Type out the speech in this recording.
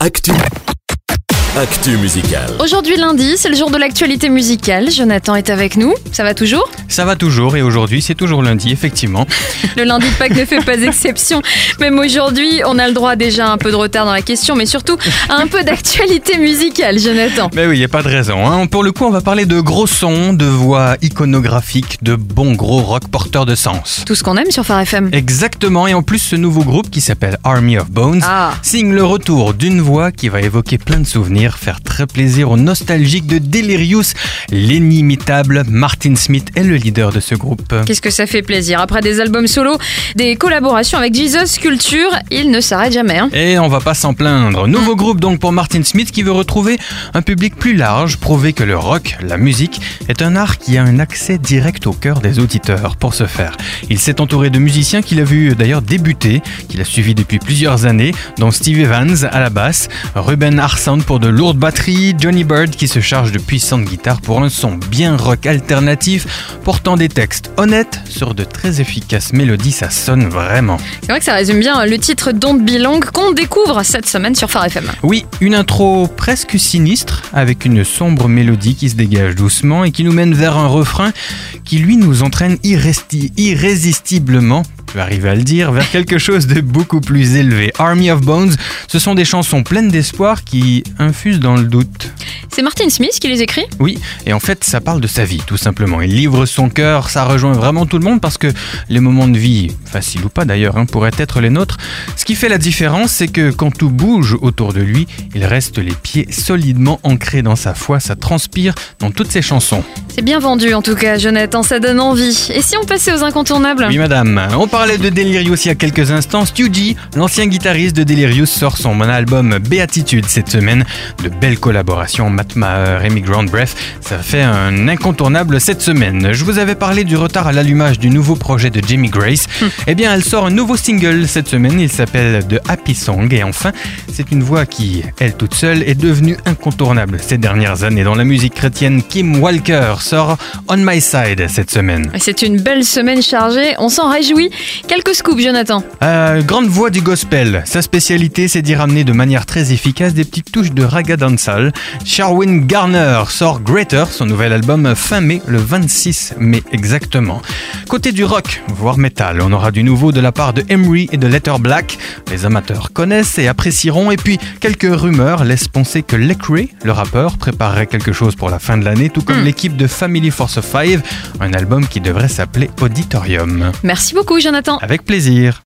Actu musicale. Aujourd'hui lundi, c'est le jour de l'actualité musicale. Jonathan est avec nous. Ça va toujours ? Ça va toujours et aujourd'hui c'est toujours lundi, effectivement. Le lundi de Pâques ne fait pas exception. Même aujourd'hui, on a le droit déjà à un peu de retard dans la question, mais surtout à un peu d'actualité musicale, Jonathan. Mais oui, il n'y a pas de raison. Hein. Pour le coup, on va parler de gros sons, de voix iconographiques, de bons gros rock porteurs de sens. Tout ce qu'on aime sur Phare FM. Exactement, et en plus ce nouveau groupe qui s'appelle Army of Bones signe le retour d'une voix qui va évoquer plein de souvenirs, faire très plaisir aux nostalgiques de Delirious. L'inimitable Martin Smith est le leader de ce groupe. Qu'est-ce que ça fait plaisir. Après des albums solo, des collaborations avec Jesus Culture, il ne s'arrête jamais. Et on va pas s'en plaindre. Nouveau groupe donc pour Martin Smith qui veut retrouver un public plus large, prouver que le rock, la musique, est un art qui a un accès direct au cœur des auditeurs. Pour ce faire, il s'est entouré de musiciens qu'il a vu d'ailleurs débuter, qu'il a suivis depuis plusieurs années, dont Steve Evans à la basse, Ruben Arsand pour de lourdes batteries, Johnny Bird qui se charge de puissantes guitares pour un son bien rock alternatif, portant des textes honnêtes sur de très efficaces mélodies, ça sonne vraiment. C'est vrai que ça résume bien le titre Don't Be Long qu'on découvre cette semaine sur Phare FM. Oui, une intro presque sinistre avec une sombre mélodie qui se dégage doucement et qui nous mène vers un refrain qui lui nous entraîne irrésistiblement, je vais arriver à le dire, vers quelque chose de beaucoup plus élevé. Army of Bones, ce sont des chansons pleines d'espoir qui infusent dans le doute. C'est Martin Smith qui les écrit ? Oui, et en fait ça parle de sa vie tout simplement. Il livre son cœur, ça rejoint vraiment tout le monde parce que les moments de vie, faciles ou pas d'ailleurs, pourraient être les nôtres. Ce qui fait la différence, c'est que quand tout bouge autour de lui, il reste les pieds solidement ancrés dans sa foi, ça transpire dans toutes ses chansons. C'est bien vendu en tout cas, Jonathan, ça donne envie. Et si on passait aux incontournables ? Oui madame, on parlait de Delirious il y a quelques instants. Stu G, l'ancien guitariste de Delirious, sort son album Béatitude cette semaine. De belles collaborations, Matt Maher, Immigrant Breath, ça fait un incontournable cette semaine. Je vous avais parlé du retard à l'allumage du nouveau projet de Jamie Grace. Eh bien, elle sort un nouveau single cette semaine, il s'appelle The Happy Song. Et enfin, c'est une voix qui, elle toute seule, est devenue incontournable ces dernières années dans la musique chrétienne. Kim Walker sort On My Side cette semaine. C'est une belle semaine chargée, on s'en réjouit. Quelques scoops, Jonathan. Grande voix du gospel. Sa spécialité, c'est d'y ramener de manière très efficace des petites touches de raga dancehall. Sherwin Garner sort Greater, son nouvel album fin mai, le 26 mai exactement. Côté du rock, voire métal, on aura du nouveau de la part de Emery et de Letter Black. Les amateurs connaissent et apprécieront. Et puis, quelques rumeurs laissent penser que Lecrae, le rappeur, préparerait quelque chose pour la fin de l'année, tout comme l'équipe de Family Force 5, un album qui devrait s'appeler Auditorium. Merci beaucoup, Jonathan. Avec plaisir.